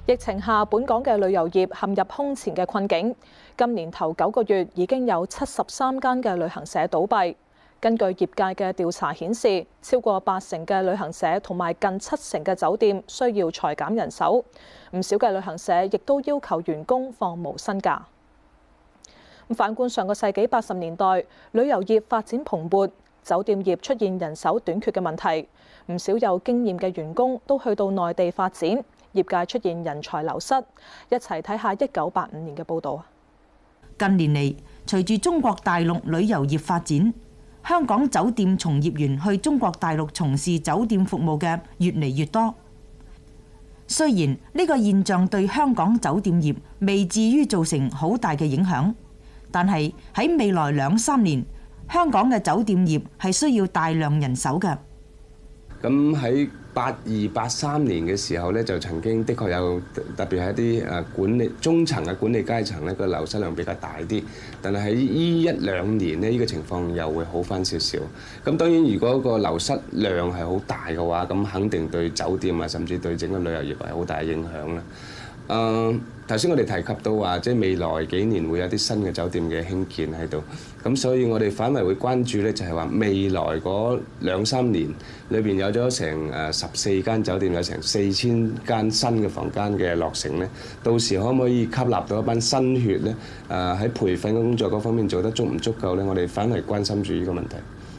疫情下，本港嘅旅遊業陷入空前嘅困境。今年頭9個月已經有73間嘅旅行社倒閉。根據業界嘅調查顯示，超過80%嘅旅行社同埋近70%嘅酒店需要裁減人手。唔少嘅旅行社亦都要求員工放無薪假。反觀上個世紀80年代，旅遊業發展蓬勃，酒店業出現人手短缺嘅問題，唔少有經驗嘅員工都去到內地發展。業界出現人才流失，一齊睇下1985年嘅報導。 近年嚟，隨住中國大陸旅遊業發展，香港酒店從業員去中國大陸從事酒店服務嘅越嚟越多。雖然呢個現象對香港酒店業未至於造成好大嘅影響，但係喺未來2-3年，香港嘅酒店業係需要大量人手嘅。 咁喺82、83年嘅時候咧，就曾經的確有特別係一啲管理中層嘅管理階層咧，個流失量比較大啲。但係喺呢1-2年咧，呢個情況又會好翻少少。咁當然，如果個流失量係好大嘅話，咁肯定對酒店啊，甚至對整個旅遊業係好大嘅影響啦。頭先我哋提及到話，即係未來幾年會有啲新嘅酒店嘅興建喺度，咁所以我哋反為會關注咧，就係話未來嗰2-3年裏邊有咗成14間酒店，有成4000間新嘅房間嘅落成咧，到時可唔可以吸納到一班新血咧？喺培訓嘅工作嗰方面做得足唔足夠咧？我哋反為關心住呢個問題。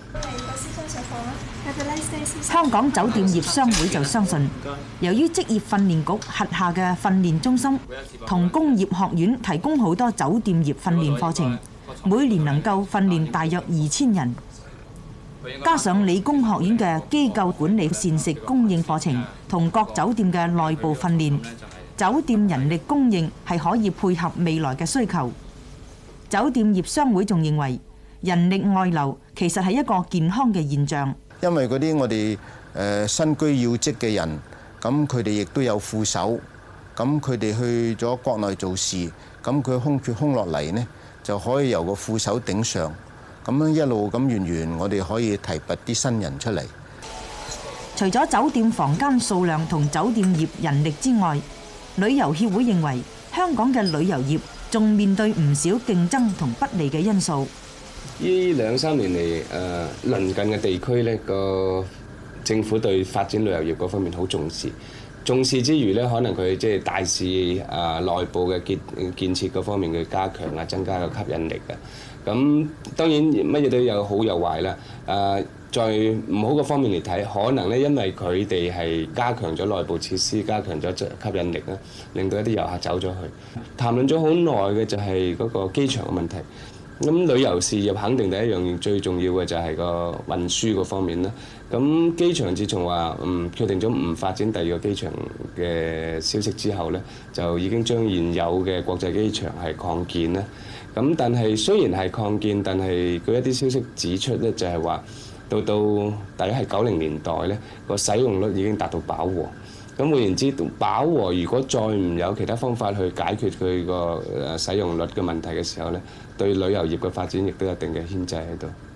香港酒店業商會就相信，由於職業訓練局轄下嘅訓練中心同工業學院提供好多酒店業訓練課程，每年能夠訓練大約2000人，加上理工學院嘅機構管理膳食供應課程同各酒店嘅內部訓練，酒店人力供應係可以配合未來嘅需求。酒店業商會仲認為，人力外流其實係一個健康嘅現象。 因為嗰啲我哋身居要職嘅人，咁佢哋亦都有副手，咁佢哋去咗國內做事，咁佢空缺空落嚟呢，就可以由個副手頂上，咁樣一路咁源我哋可以提拔啲新人出嚟。 除咗酒店房間數量同酒店業人力之外，旅遊協會認為香港嘅旅遊業仲面對唔少競爭同不利嘅因素。 呢2-3年嚟，鄰近嘅地區咧，個政府對發展旅遊業嗰方面好重視。重視之餘咧，可能佢即係大肆內部嘅建設嗰方面嘅加強啊，增加個吸引力嘅。咁當然乜嘢都有好有壞啦。在唔好嘅方面嚟睇，可能咧因為佢哋係加強咗內部設施，加強咗吸引力啦，令到一啲遊客走咗去。談論咗好耐嘅就係嗰個機場嘅問題。咁旅遊事業肯定第一樣最重要嘅就係個運輸嗰方面啦。咁機場自從話決定咗唔發展第2個機場嘅消息之後咧，就已經將現有嘅國際機場係擴建啦。咁但係雖然係擴建，但係佢一啲消息指出咧，就係話到大約係90年代咧，個使用率已經達到飽和。咁換言之，飽和如果再唔有其他方法去解決佢個使用率嘅問題嘅時候咧，對旅遊業嘅發展亦都有一定嘅牽制喺度。